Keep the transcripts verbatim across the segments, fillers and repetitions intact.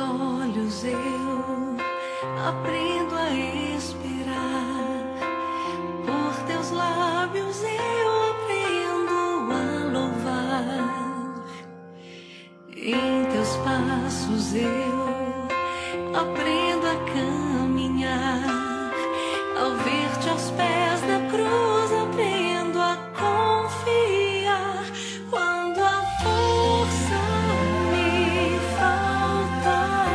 olhos eu aprendo a esperar, por teus lábios eu aprendo a louvar, em teus passos eu aprendo a caminhar, ao ver-te aos pés da cruz aprendo a confiar, quando a força me faltar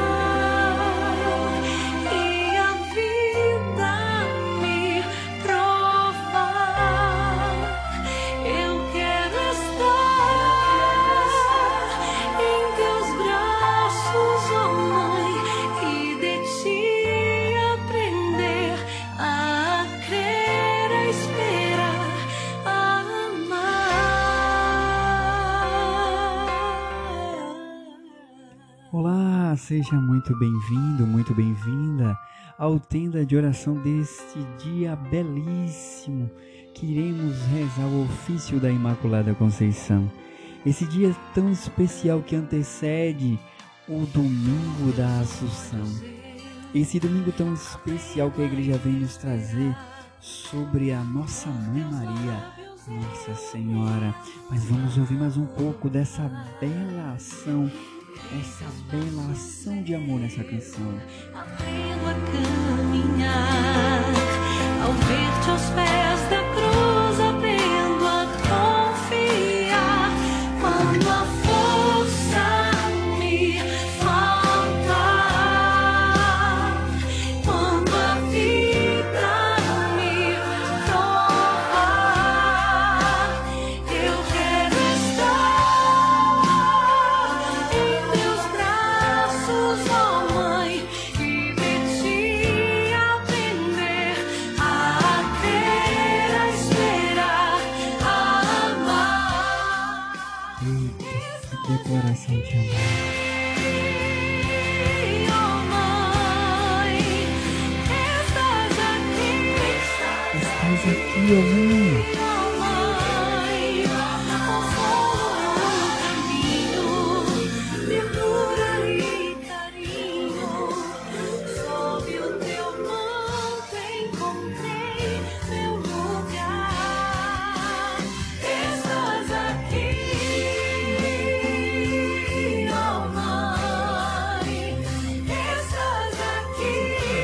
e a vida me provar, eu quero estar em teus braços, ó Mãe, e de ti aprender a crer, a esperar, a amar. Olá, seja muito bem-vindo, muito bem-vinda ao Tenda de Oração deste dia belíssimo que iremos rezar o ofício da Imaculada Conceição. Esse dia tão especial que antecede o domingo da Assunção. Esse domingo tão especial que a igreja vem nos trazer sobre a nossa Mãe Maria, Nossa Senhora. Mas vamos ouvir mais um pouco dessa bela ação, essa bela ação de amor nessa canção. Aprendo a caminhar, ao ver-te aos pés da cruz aprendo a confiar, quando a força me faltar, quando a vida me provar, eu quero estar em teus braços, ó Mãe, e de ti aprender a crer, a esperar, a amar. Eita, que declaração de amor. Ó Mãe, estás aqui, Estás aqui, ó Mãe. ó Mãe, consolo no caminho, ternura e carinho, sob o teu manto encontrei meu lugar. Estás aqui, ó Mãe, estás aqui,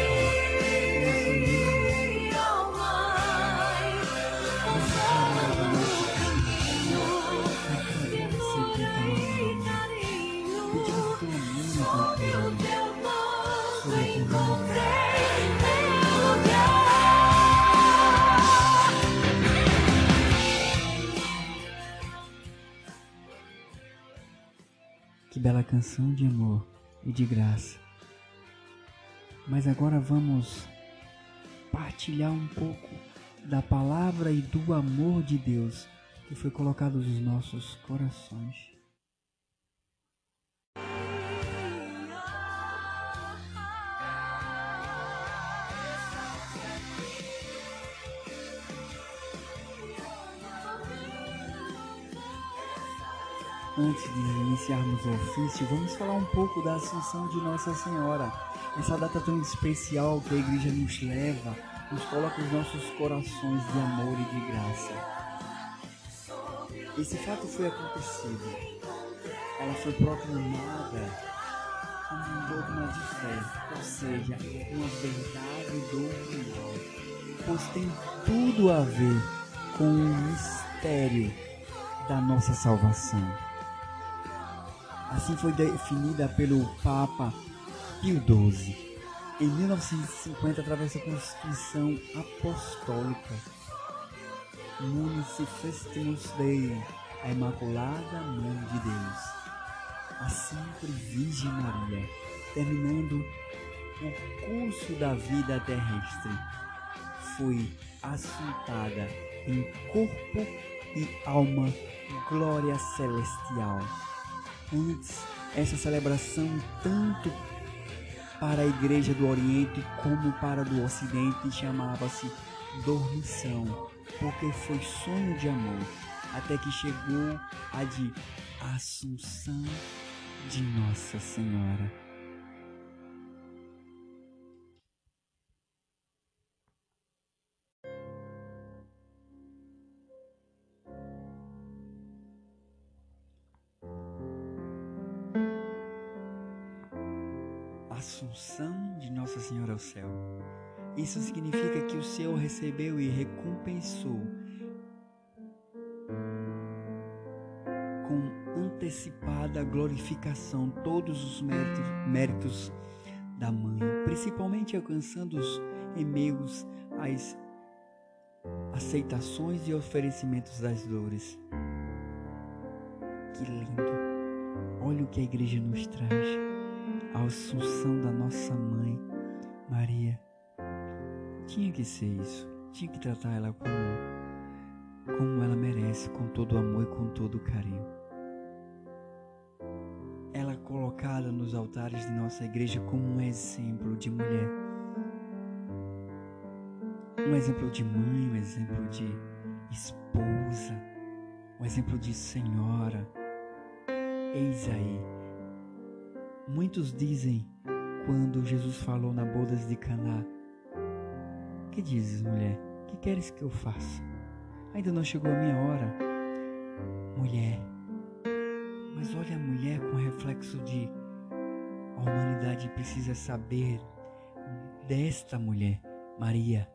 ó Mãe, consola no caminho, ternura e carinho, sob o teu manto encontrei meu lugar. Que bela canção de amor e de graça. Mas agora vamos partilhar um pouco da palavra e do amor de Deus que foi colocado nos nossos corações. Antes de iniciarmos o ofício, vamos falar um pouco da Assunção de Nossa Senhora. Essa data tão especial que a igreja nos leva, nos coloca os nossos corações de amor e de graça. Esse fato foi acontecido. Ela foi proclamada como um dogma de fé, ou seja, uma verdade doutrinária, pois tem tudo a ver com o mistério da nossa salvação. Assim foi definida pelo Papa Pio doze, em mil novecentos e cinquenta, através da Constituição Apostólica Municipestimus Dei, a Imaculada Mãe de Deus, a Sempre Virgem Maria, terminando o curso da vida terrestre, foi assuntada em corpo e alma glória celestial. Antes, essa celebração, tanto para a Igreja do Oriente como para a do Ocidente, chamava-se Dormição, porque foi sonho de amor, até que chegou a de Assunção de Nossa Senhora. Assunção de Nossa Senhora ao céu. Isso significa que o Senhor recebeu e recompensou com antecipada glorificação todos os méritos, méritos da mãe, principalmente alcançando os e-mails, as aceitações e oferecimentos das dores. Que lindo! Olha o que a igreja nos traz, a assunção da nossa mãe, Maria. Tinha que ser isso, tinha que tratar ela como, como ela merece, com todo o amor e com todo o carinho. Ela colocada nos altares de nossa igreja como um exemplo de mulher, um exemplo de mãe, um exemplo de esposa, um exemplo de senhora. Eis aí. Muitos dizem, quando Jesus falou na boda de Caná: que dizes, mulher? Que queres que eu faça? Ainda não chegou a minha hora. Mulher. Mas olha a mulher com reflexo de a humanidade precisa saber desta mulher, Maria.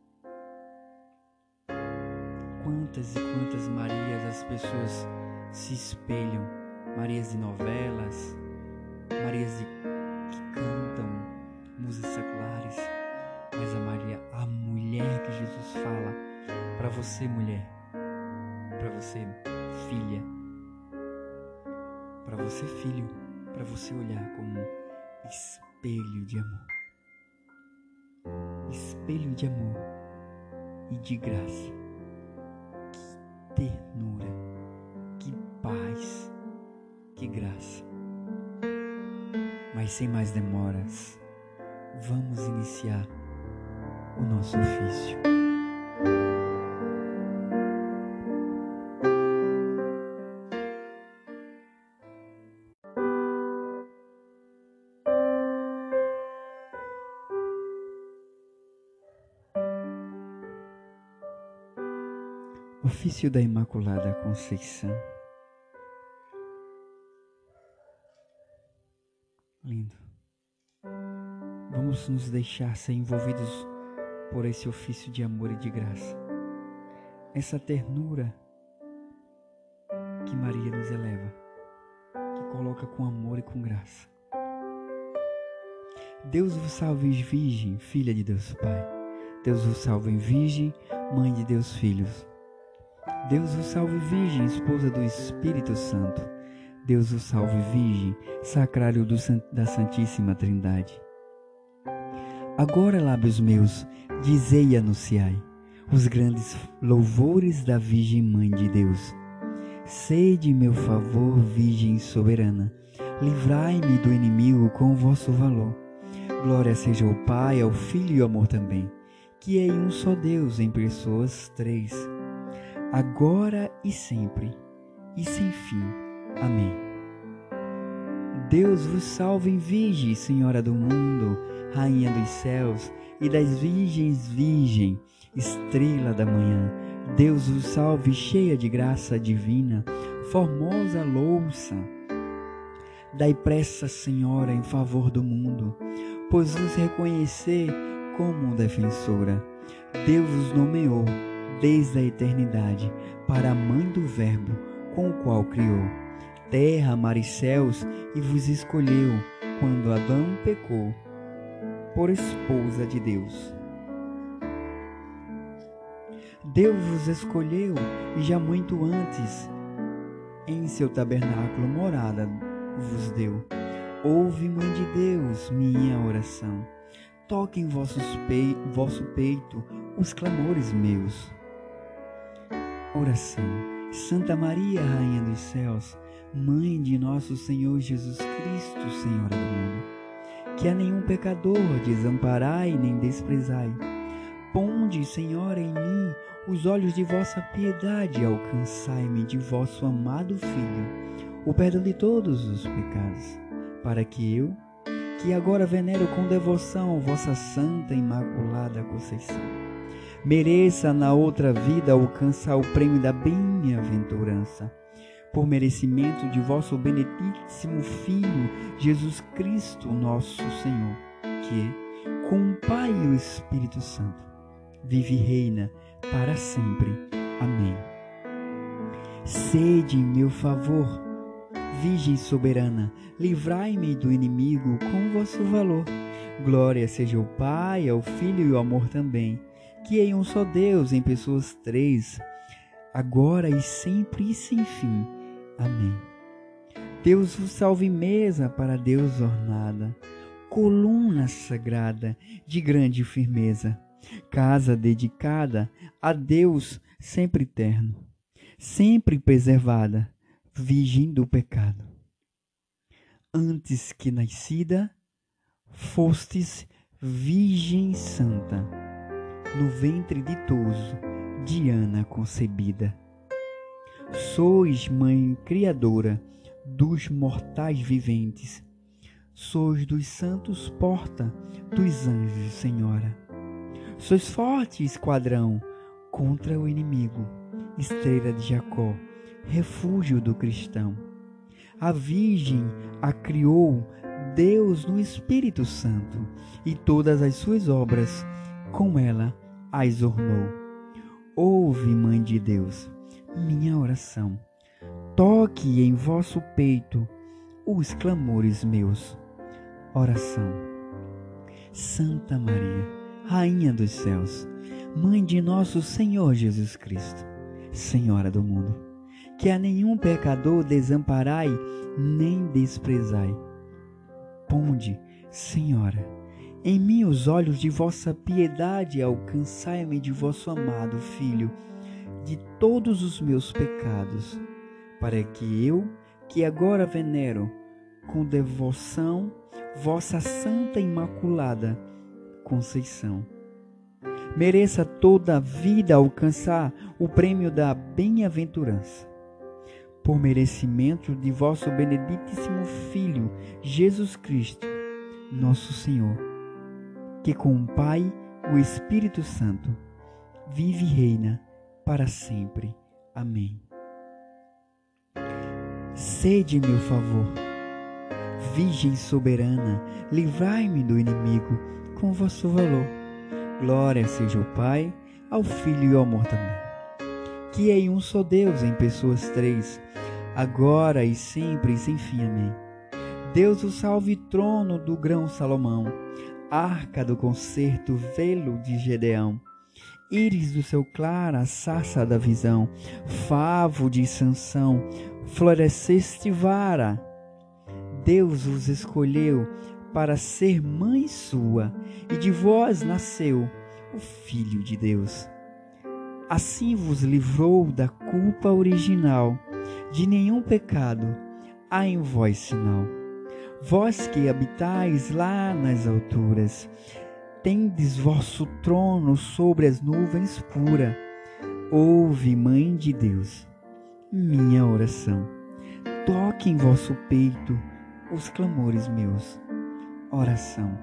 Quantas e quantas Marias as pessoas se espelham. Marias de novelas, Marias de, que cantam músicas seculares. Mas a Maria, a mulher que Jesus fala para você, mulher, para você, filha, para você, filho, para você olhar como um espelho de amor, espelho de amor e de graça. Que ternura, que paz, que graça. Mas sem mais demoras, vamos iniciar o nosso ofício. Ofício da Imaculada Conceição. Lindo. Vamos nos deixar ser envolvidos por esse ofício de amor e de graça. Essa ternura que Maria nos eleva, que coloca com amor e com graça. Deus vos salve, Virgem, filha de Deus Pai. Deus vos salve, Virgem, mãe de Deus Filhos. Deus vos salve, Virgem, esposa do Espírito Santo. Deus vos salve, Virgem, sacrário do, da Santíssima Trindade. Agora, lábios meus, dizei e anunciai os grandes louvores da Virgem Mãe de Deus. Sede meu favor, Virgem soberana, livrai-me do inimigo com o vosso valor. Glória seja ao Pai, ao Filho e ao amor também, que é um só Deus em pessoas três, agora e sempre, e sem fim. Amém. Deus vos salve, Virgem, Senhora do mundo, Rainha dos céus e das virgens, Virgem, estrela da manhã. Deus vos salve, cheia de graça divina, formosa louça. Dai pressa, Senhora, em favor do mundo, pois vos reconhecer como defensora. Deus vos nomeou desde a eternidade para a mãe do Verbo, com o qual criou terra, mar e céus, e vos escolheu, quando Adão pecou, por esposa de Deus. Deus vos escolheu, e já muito antes, em seu tabernáculo morada vos deu. Ouve, Mãe de Deus, minha oração. Toque em vossos pei, vosso peito os clamores meus. Oração. Santa Maria, Rainha dos céus, Mãe de nosso Senhor Jesus Cristo, Senhora do mundo, que a nenhum pecador desamparai nem desprezai. Ponde, Senhora, em mim os olhos de vossa piedade e alcançai-me de vosso amado Filho o perdão de todos os pecados, para que eu, que agora venero com devoção vossa Santa Imaculada Conceição, mereça na outra vida alcançar o prêmio da bem-aventurança. por merecimento de vosso benditíssimo Filho, Jesus Cristo, nosso Senhor, que, com o Pai e o Espírito Santo, vive e reina para sempre. Amém. Sede em meu favor, Virgem soberana, livrai-me do inimigo com vosso valor. Glória seja ao Pai, ao Filho e ao amor também, que em um só Deus, em pessoas três, agora e sempre e sem fim. Amém. Deus vos salve mesa para Deus ornada, coluna sagrada de grande firmeza, casa dedicada a Deus sempre eterno, sempre preservada, virgem do pecado. Antes que nascida, fostes Virgem Santa, no ventre ditoso de Ana concebida. Sois Mãe Criadora dos mortais viventes, sois dos santos porta dos anjos Senhora. Sois forte esquadrão contra o inimigo, estrela de Jacó, refúgio do cristão. A Virgem a criou Deus no Espírito Santo, e todas as suas obras com ela as ornou. Ouve, Mãe de Deus, minha oração. Toque em vosso peito os clamores meus. Oração. Santa Maria, Rainha dos céus, Mãe de nosso Senhor Jesus Cristo, Senhora do mundo, que a nenhum pecador desamparai nem desprezai. Ponde, Senhora, em mim os olhos de vossa piedade e alcançai-me de vosso amado Filho de todos os meus pecados, para que eu, que agora venero com devoção vossa Santa Imaculada Conceição, mereça toda a vida alcançar o prêmio da bem-aventurança. Por merecimento de vosso benditíssimo Filho, Jesus Cristo, nosso Senhor, que com o Pai, o Espírito Santo, vive e reina para sempre. Amém. Sede meu favor, Virgem soberana, livrai-me do inimigo com vosso valor. Glória seja ao Pai, ao Filho e ao amor também, que é em um só Deus, em pessoas três, agora e sempre e sem fim. Amém. Deus o salve, trono do grão Salomão, arca do concerto, velo de Gedeão, íris do céu claro, a sarça da visão, favo de Sansão, floresceste vara. Deus os escolheu para ser mãe sua, e de vós nasceu o Filho de Deus. Assim vos livrou da culpa original, de nenhum pecado há em vós sinal. Vós que habitais lá nas alturas, tendes vosso trono sobre as nuvens pura. Ouve, Mãe de Deus, minha oração. Toque em vosso peito os clamores meus. Oração.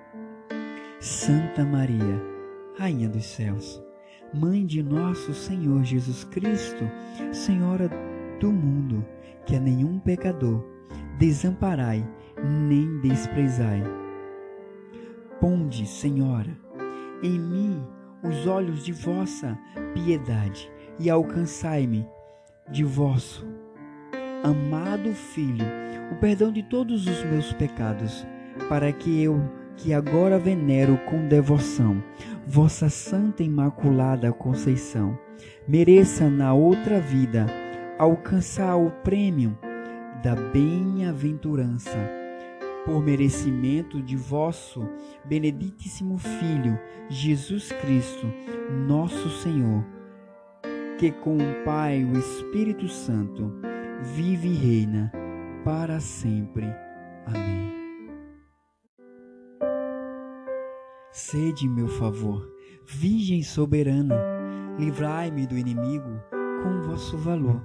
Santa Maria, Rainha dos céus, Mãe de nosso Senhor Jesus Cristo, Senhora do mundo, que a nenhum pecador desamparai nem desprezai. Ponde, Senhora, em mim os olhos de vossa piedade e alcançai-me de vosso amado Filho o perdão de todos os meus pecados, para que eu, que agora venero com devoção vossa Santa Imaculada Conceição, mereça na outra vida alcançar o prêmio da bem-aventurança, por merecimento de vosso benditíssimo Filho, Jesus Cristo, nosso Senhor, que com o Pai e o Espírito Santo vive e reina para sempre. Amém. Sede meu favor, Virgem soberana, livrai-me do inimigo com vosso valor.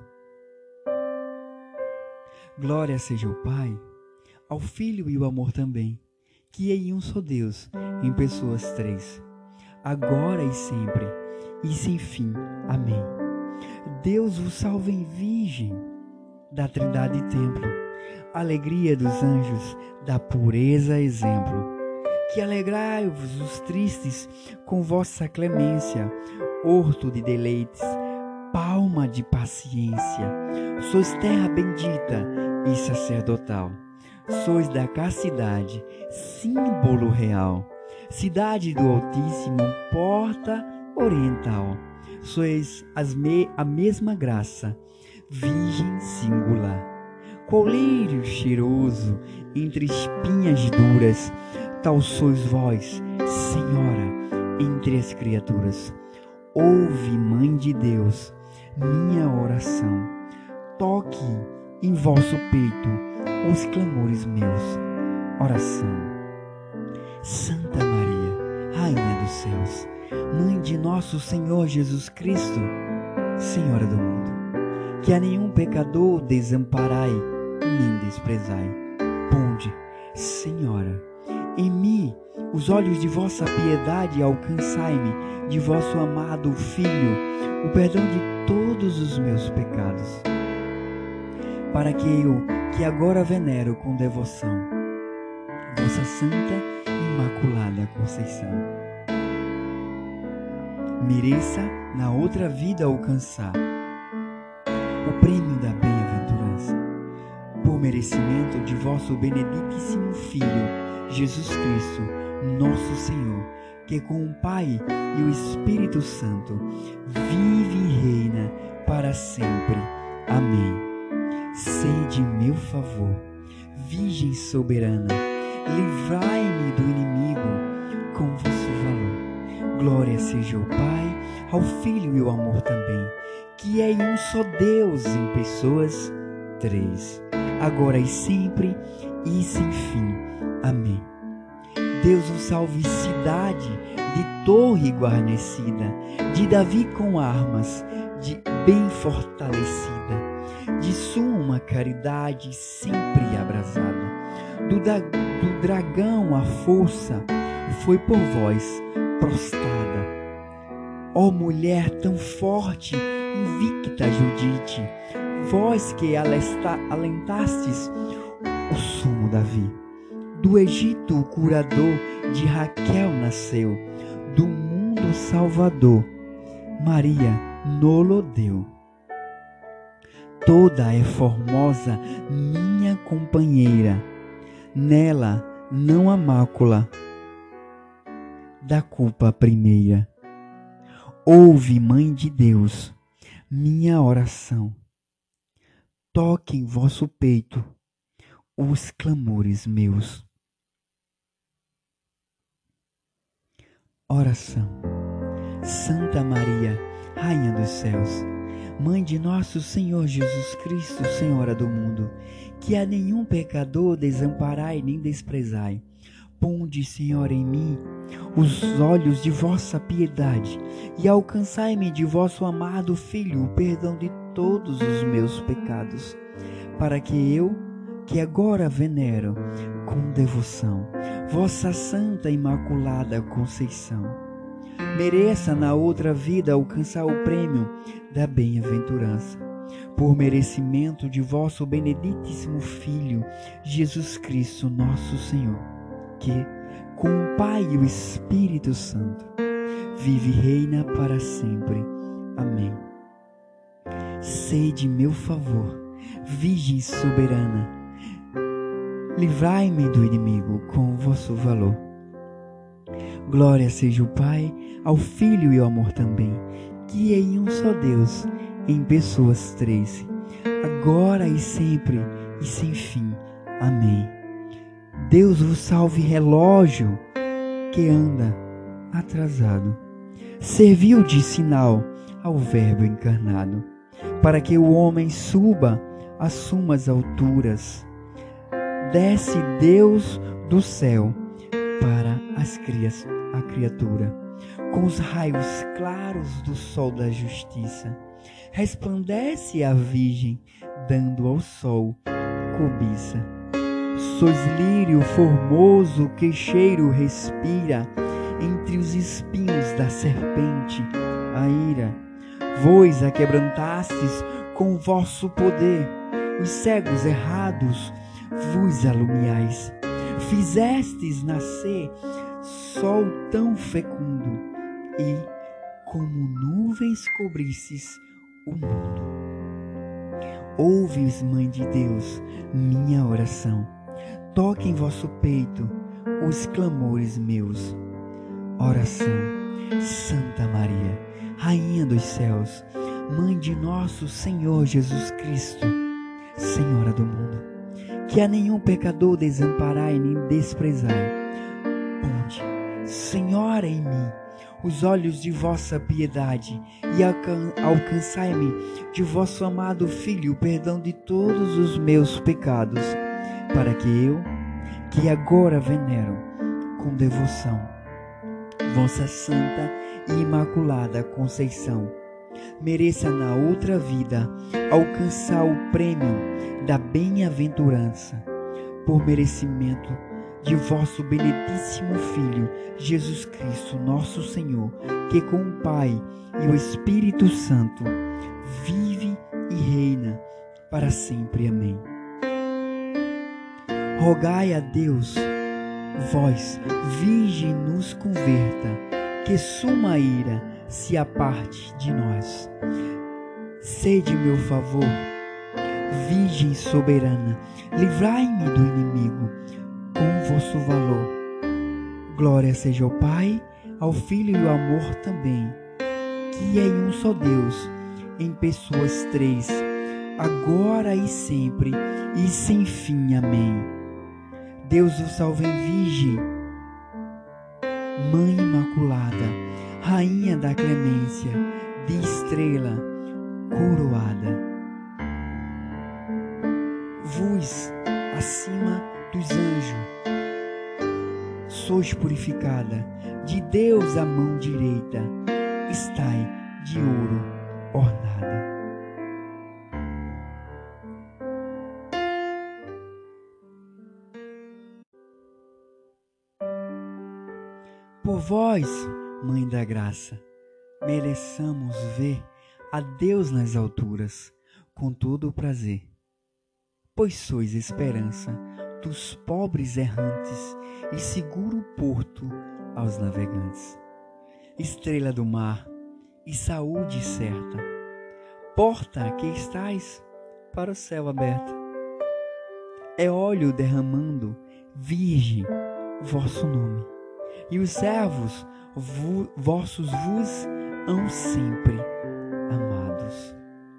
Glória seja ao Pai, ao Filho e ao amor também, que é em um só Deus, em pessoas três, agora e sempre, e sem fim. Amém. Deus vos salve, Virgem, da Trindade templo, alegria dos anjos, da pureza exemplo. Que alegrai-vos os tristes com vossa clemência, horto de deleites, palma de paciência. Sois terra bendita e sacerdotal, sois da castidade, símbolo real, cidade do Altíssimo, porta oriental. Sois as me, a mesma graça, virgem singular, colírio cheiroso entre espinhas duras, tal sois vós, Senhora, entre as criaturas. Ouve, Mãe de Deus, minha oração, toque em vosso peito os clamores meus. Oração. Santa Maria, Rainha dos céus, Mãe de nosso Senhor Jesus Cristo, Senhora do mundo, que a nenhum pecador desamparai nem desprezai. Ponde, Senhora, em mim os olhos de vossa piedade, alcançai-me de vosso amado Filho o perdão de todos os meus pecados, para que eu, que agora venero com devoção vossa Santa Imaculada Conceição, mereça na outra vida alcançar o prêmio da bem-aventurança, por merecimento de vosso beneditíssimo Filho, Jesus Cristo, nosso Senhor, que com o Pai e o Espírito Santo vive e reina para sempre. Amém. Sede meu favor, Virgem soberana, livrai-me do inimigo com vosso valor. Glória seja ao Pai, ao Filho e ao amor também, que é em um só Deus, em pessoas três, agora e sempre e sem fim. Amém. Deus o salve, cidade de torre guarnecida, de Davi com armas, de bem fortalecida, de suma caridade sempre abrasada. Do, da, do dragão a força foi por vós prostrada. Ó mulher tão forte, invicta Judite, vós que alesta, alentastes o sumo Davi. Do Egito o curador de Raquel nasceu, do mundo salvador Maria nolo deu. Toda é formosa minha companheira, nela não há mácula da culpa primeira. Ouve, Mãe de Deus, minha oração, toque em vosso peito os clamores meus. Oração. Santa Maria, Rainha dos céus, Mãe de nosso Senhor Jesus Cristo, Senhora do mundo, que a nenhum pecador desamparai nem desprezai. Ponde, Senhora, em mim os olhos de vossa piedade e alcançai-me de vosso amado Filho o perdão de todos os meus pecados, para que eu, que agora venero com devoção vossa Santa Imaculada Conceição, mereça na outra vida alcançar o prêmio da bem-aventurança, por merecimento de vosso beneditíssimo Filho, Jesus Cristo nosso Senhor, que, com o Pai e o Espírito Santo, vive e reina para sempre. Amém. Sede meu favor, Virgem soberana, livrai-me do inimigo com o vosso valor. Glória seja ao Pai, ao Filho e ao amor também, que é em um só Deus, em pessoas três, agora e sempre e sem fim. Amém. Deus vos salve, relógio que anda atrasado, serviu de sinal ao Verbo encarnado, para que o homem suba às sumas alturas. Desce Deus do céu para as crias, a criatura, com os raios claros do sol da justiça. Resplandece a Virgem, dando ao sol cobiça. Sois lírio formoso que cheiro respira, entre os espinhos da serpente a ira. Vós a quebrantastes com vosso poder, os cegos errados vos alumiais. Fizestes nascer sol tão fecundo e, como nuvens, cobristes o mundo. Ouves, Mãe de Deus, minha oração. Toque em vosso peito os clamores meus. Oração. Santa Maria, Rainha dos céus, Mãe de nosso Senhor Jesus Cristo, Senhora do mundo, que a nenhum pecador desamparai nem desprezai. Ponde, Senhora, em mim os olhos de vossa piedade e alcan- alcançai-me de vosso amado Filho o perdão de todos os meus pecados, para que eu, que agora venero com devoção vossa santa e imaculada Conceição, mereça na outra vida alcançar o prêmio da bem-aventurança, por merecimento de vosso benedíssimo Filho, Jesus Cristo, nosso Senhor, que com o Pai e o Espírito Santo vive e reina para sempre. Amém. Rogai a Deus, vós, Virgem, nos converta, que suma ira se aparte de nós. Sede meu favor, Virgem soberana, livrai-me do inimigo com vosso valor. Glória seja ao Pai, ao Filho e ao amor também, que é em um só Deus, em pessoas três, agora e sempre, e sem fim. Amém. Deus o salve, Virgem, Mãe Imaculada, Rainha da Clemência, de estrela coroada. Vos, acima dos anjos, sois purificada, de Deus a mão direita, estai de ouro ornada. Por vós, Mãe da Graça, mereçamos ver a Deus nas alturas, com todo o prazer. Pois sois esperança dos pobres errantes e seguro porto aos navegantes. Estrela do mar e saúde certa, porta que estais para o céu aberta. É óleo derramando, Virgem, vosso nome, e os servos vo, vossos vos hão sempre amados.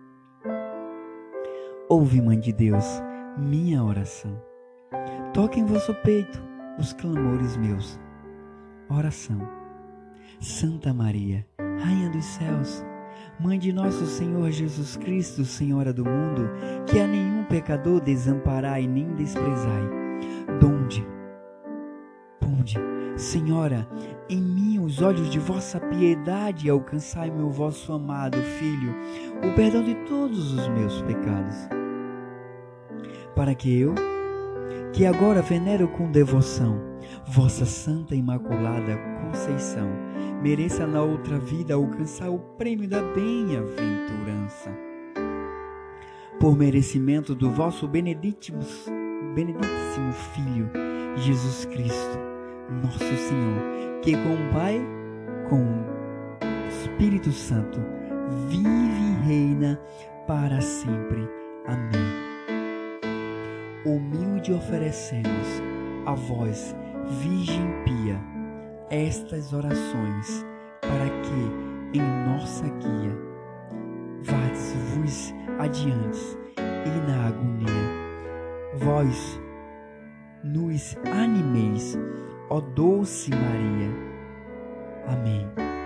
Ouve, Mãe de Deus, minha oração. Toque em vosso peito os clamores meus. Oração. Santa Maria, Rainha dos céus, Mãe de nosso Senhor Jesus Cristo, Senhora do mundo, que a nenhum pecador desamparai nem desprezai. Donde, ponde, Senhora, em mim os olhos de vossa piedade e alcançai-me o vosso amado Filho, o perdão de todos os meus pecados, para que eu, que agora venero com devoção vossa Santa Imaculada Conceição, mereça na outra vida alcançar o prêmio da bem-aventurança, por merecimento do vosso benedíssimo, benedictíssimo Filho, Jesus Cristo, nosso Senhor, que com o Pai, com o Espírito Santo, vive e reina para sempre. Amém. Humilde oferecemos a vós, Virgem pia, estas orações, para que, em nossa guia, vades-vos adiante e na agonia, vós nos animeis, ó doce Maria. Amém.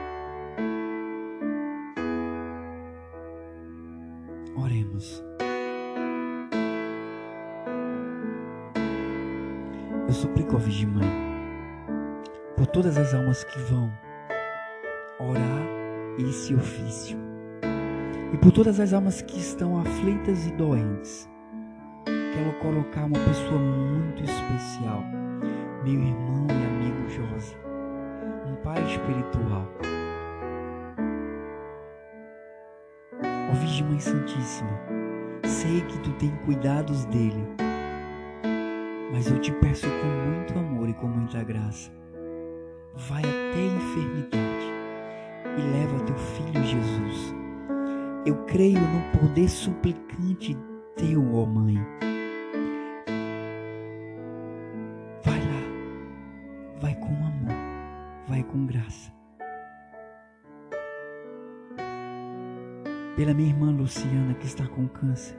Oremos. Eu suplico, ó Virgem Mãe, por todas as almas que vão orar esse ofício, e por todas as almas que estão aflitas e doentes, quero colocar uma pessoa muito especial, meu irmão e amigo Josi, um pai espiritual. Ó Virgem Mãe Santíssima, sei que tu tem cuidados dele, mas eu te peço com muito amor e com muita graça, vai até a enfermidade e leva teu filho Jesus. Eu creio no poder suplicante teu, ó Mãe. Vai lá, vai com amor, vai com graça. Pela minha irmã Luciana, que está com câncer,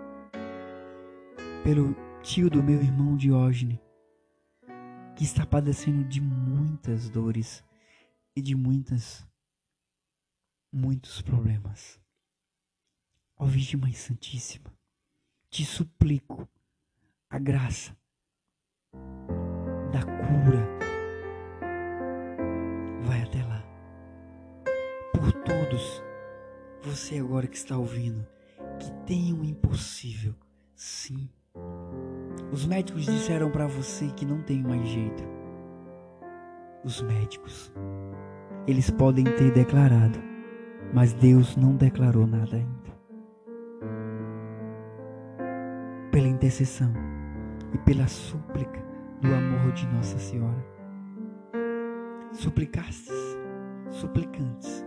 pelo tio do meu irmão Diógenes, que está padecendo de muitas dores e de muitas, muitos problemas. Ó Virgem Mãe Santíssima, te suplico a graça da cura. Vai até lá. Por todos, você agora que está ouvindo, que tem um impossível, sim. Os médicos disseram para você que não tem mais jeito. Os médicos, eles podem ter declarado, mas Deus não declarou nada ainda. Pela intercessão e pela súplica do amor de Nossa Senhora, suplicastes, suplicantes,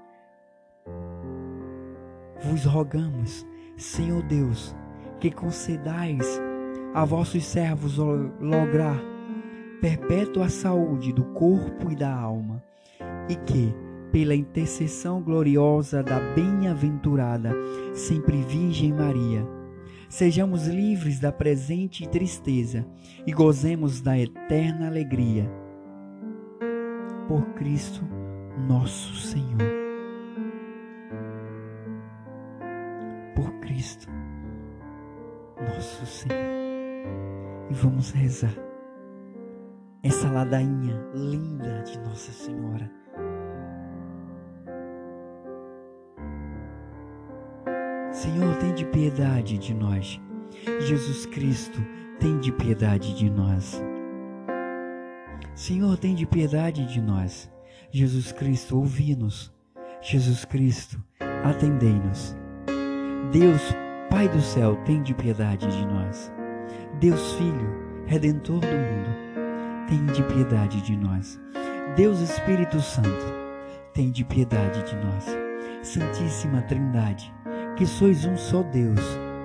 vos rogamos, Senhor Deus, que concedais a vossos servos lograr perpétua saúde do corpo e da alma, e que, pela intercessão gloriosa da bem-aventurada sempre Virgem Maria, sejamos livres da presente tristeza e gozemos da eterna alegria. Por Cristo nosso Senhor. Por Cristo nosso Senhor. E vamos rezar essa ladainha linda de Nossa Senhora. Senhor, tem de piedade de nós. Jesus Cristo, tem de piedade de nós. Senhor, tem de piedade de nós. Jesus Cristo, ouvi-nos. Jesus Cristo, atendei-nos. Deus, Pai do céu, tem de piedade de nós. Deus Filho, Redentor do mundo, tem de piedade de nós. Deus Espírito Santo, tem de piedade de nós. Santíssima Trindade, que sois um só Deus,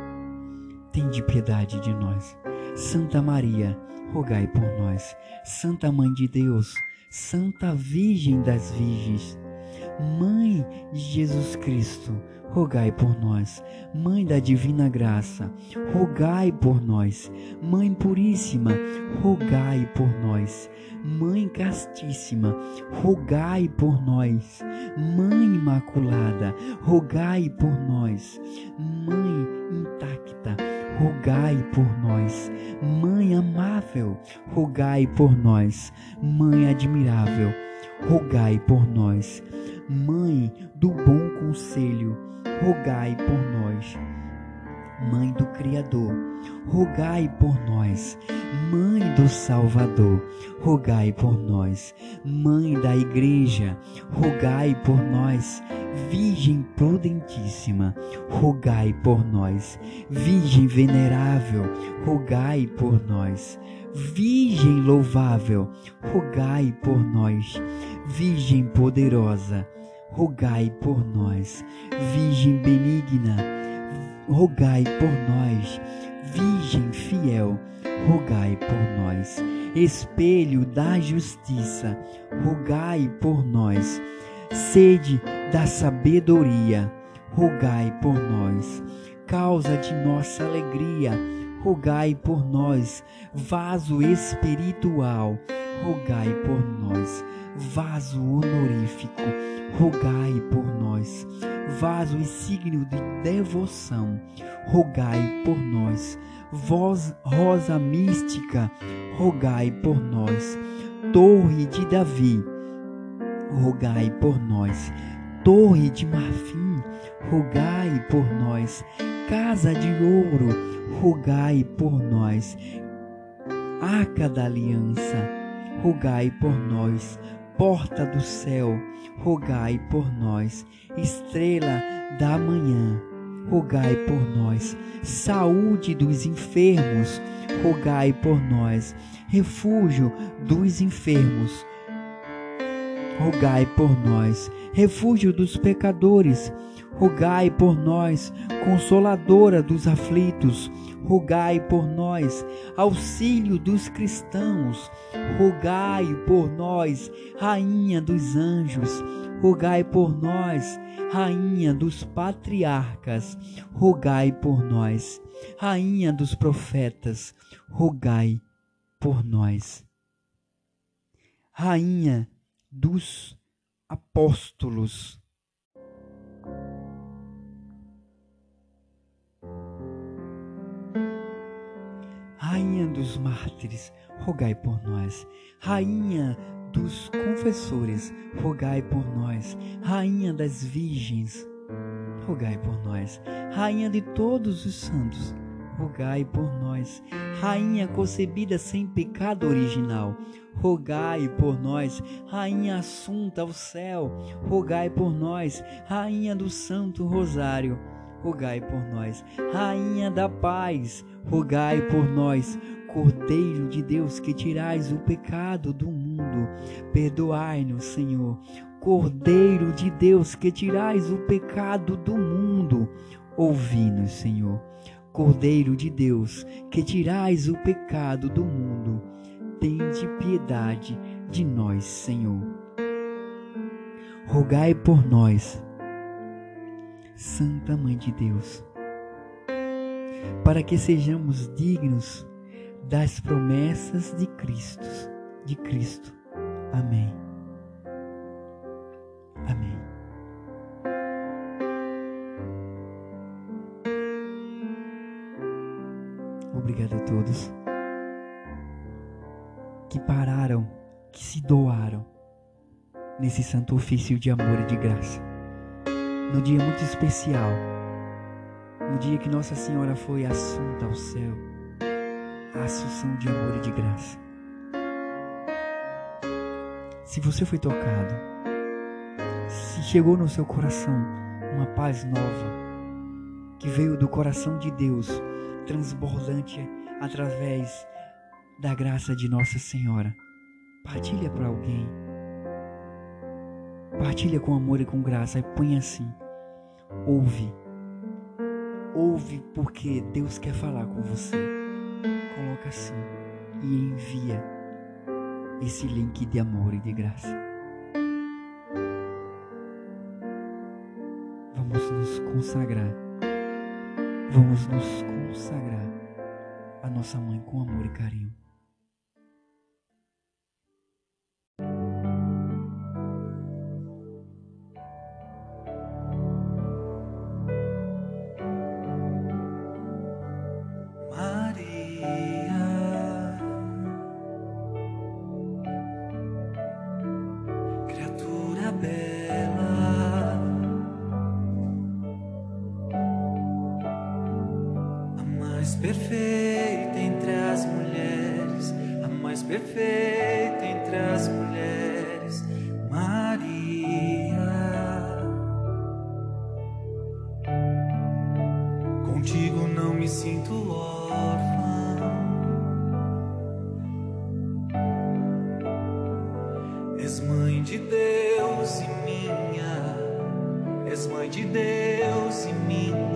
tem de piedade de nós. Santa Maria, rogai por nós. Santa Mãe de Deus, Santa Virgem das Virgens, Mãe de Jesus Cristo, rogai por nós. Mãe da Divina Graça, rogai por nós. Mãe Puríssima, rogai por nós. Mãe Castíssima, rogai por nós. Mãe Imaculada, rogai por nós. Mãe Intacta, rogai por nós. Mãe Amável, rogai por nós. Mãe Admirável, rogai por nós. Mãe do Bom Conselho, rogai por nós. Mãe do Criador, rogai por nós. Mãe do Salvador, rogai por nós. Mãe da Igreja, rogai por nós. Virgem prudentíssima, rogai por nós. Virgem venerável, rogai por nós. Virgem louvável, rogai por nós. Virgem poderosa, rogai por nós. Virgem benigna, rogai por nós. Virgem fiel, rogai por nós. Espelho da justiça, rogai por nós. Sede da sabedoria, rogai por nós. Causa de nossa alegria, rogai por nós. Vaso espiritual, rogai por nós. Vaso honorífico, rogai por nós. Vaso e signo de devoção, rogai por nós. Voz rosa mística, rogai por nós. Torre de Davi, rogai por nós. Torre de marfim, rogai por nós. Casa de ouro, rogai por nós. Arca da aliança, rogai por nós. Porta do céu, rogai por nós. Estrela da manhã, rogai por nós. Saúde dos enfermos, rogai por nós. Refúgio dos enfermos, rogai por nós. Refúgio dos pecadores, rogai por nós. Consoladora dos aflitos, rogai por nós. Auxílio dos cristãos, rogai por nós. Rainha dos anjos, rogai por nós. Rainha dos patriarcas, rogai por nós. Rainha dos profetas, rogai por nós. Rainha dos apóstolos, Rainha dos mártires, rogai por nós. Rainha dos confessores, rogai por nós. Rainha das virgens, rogai por nós. Rainha de todos os santos, rogai por nós. Rainha concebida sem pecado original, rogai por nós. Rainha assunta ao céu, rogai por nós. Rainha do Santo Rosário, rogai por nós. Rainha da paz, rogai por nós. Cordeiro de Deus, que tirais o pecado do mundo, perdoai-nos, Senhor. Cordeiro de Deus, que tirais o pecado do mundo, ouvi-nos, Senhor. Cordeiro de Deus, que tirais o pecado do mundo, tende piedade de nós, Senhor. Rogai por nós, Santa Mãe de Deus, para que sejamos dignos das promessas de Cristo, de Cristo. Amém. Amém. Obrigado a todos que pararam, que se doaram nesse santo ofício de amor e de graça, no dia muito especial, no dia que Nossa Senhora foi assunta ao céu, a assunção de amor e de graça. Se você foi tocado, se chegou no seu coração uma paz nova, que veio do coração de Deus, transbordante através da graça de Nossa Senhora, partilha para alguém, partilha com amor e com graça, e põe assim: ouve, ouve porque Deus quer falar com você. Coloca assim e envia esse link de amor e de graça. Vamos nos consagrar, vamos nos consagrar a nossa mãe com amor e carinho. Perfeita entre as mulheres, a mais perfeita entre as mulheres, Maria. Contigo não me sinto órfão, és mãe de Deus e minha, és mãe de Deus e minha.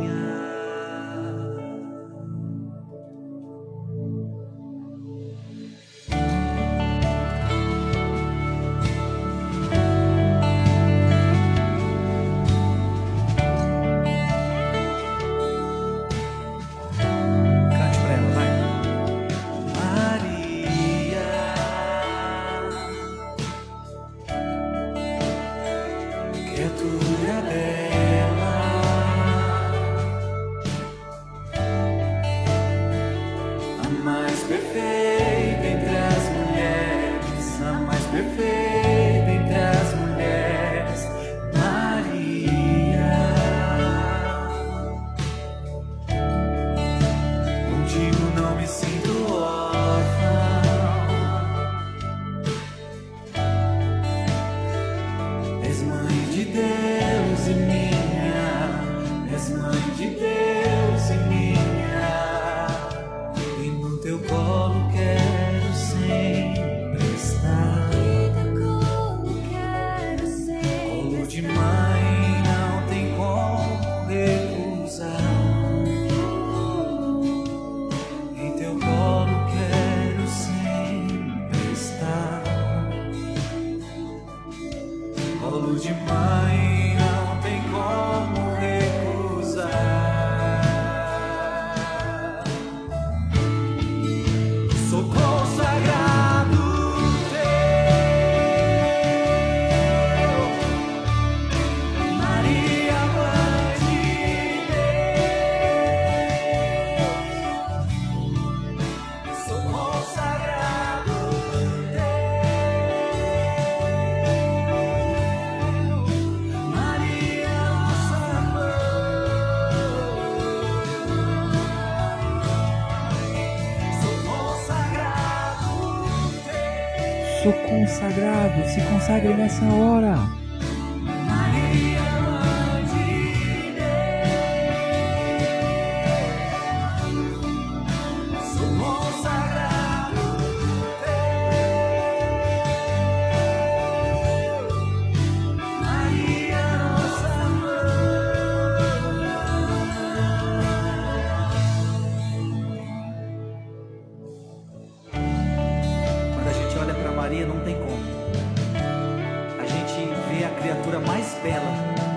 sou consagrado. Se consagre nessa hora. Maria, Mãe de Deus, sou consagrado teu. Maria, nossa mãe. Quando a gente olha para Maria, não tem como. A gente vê a criatura mais bela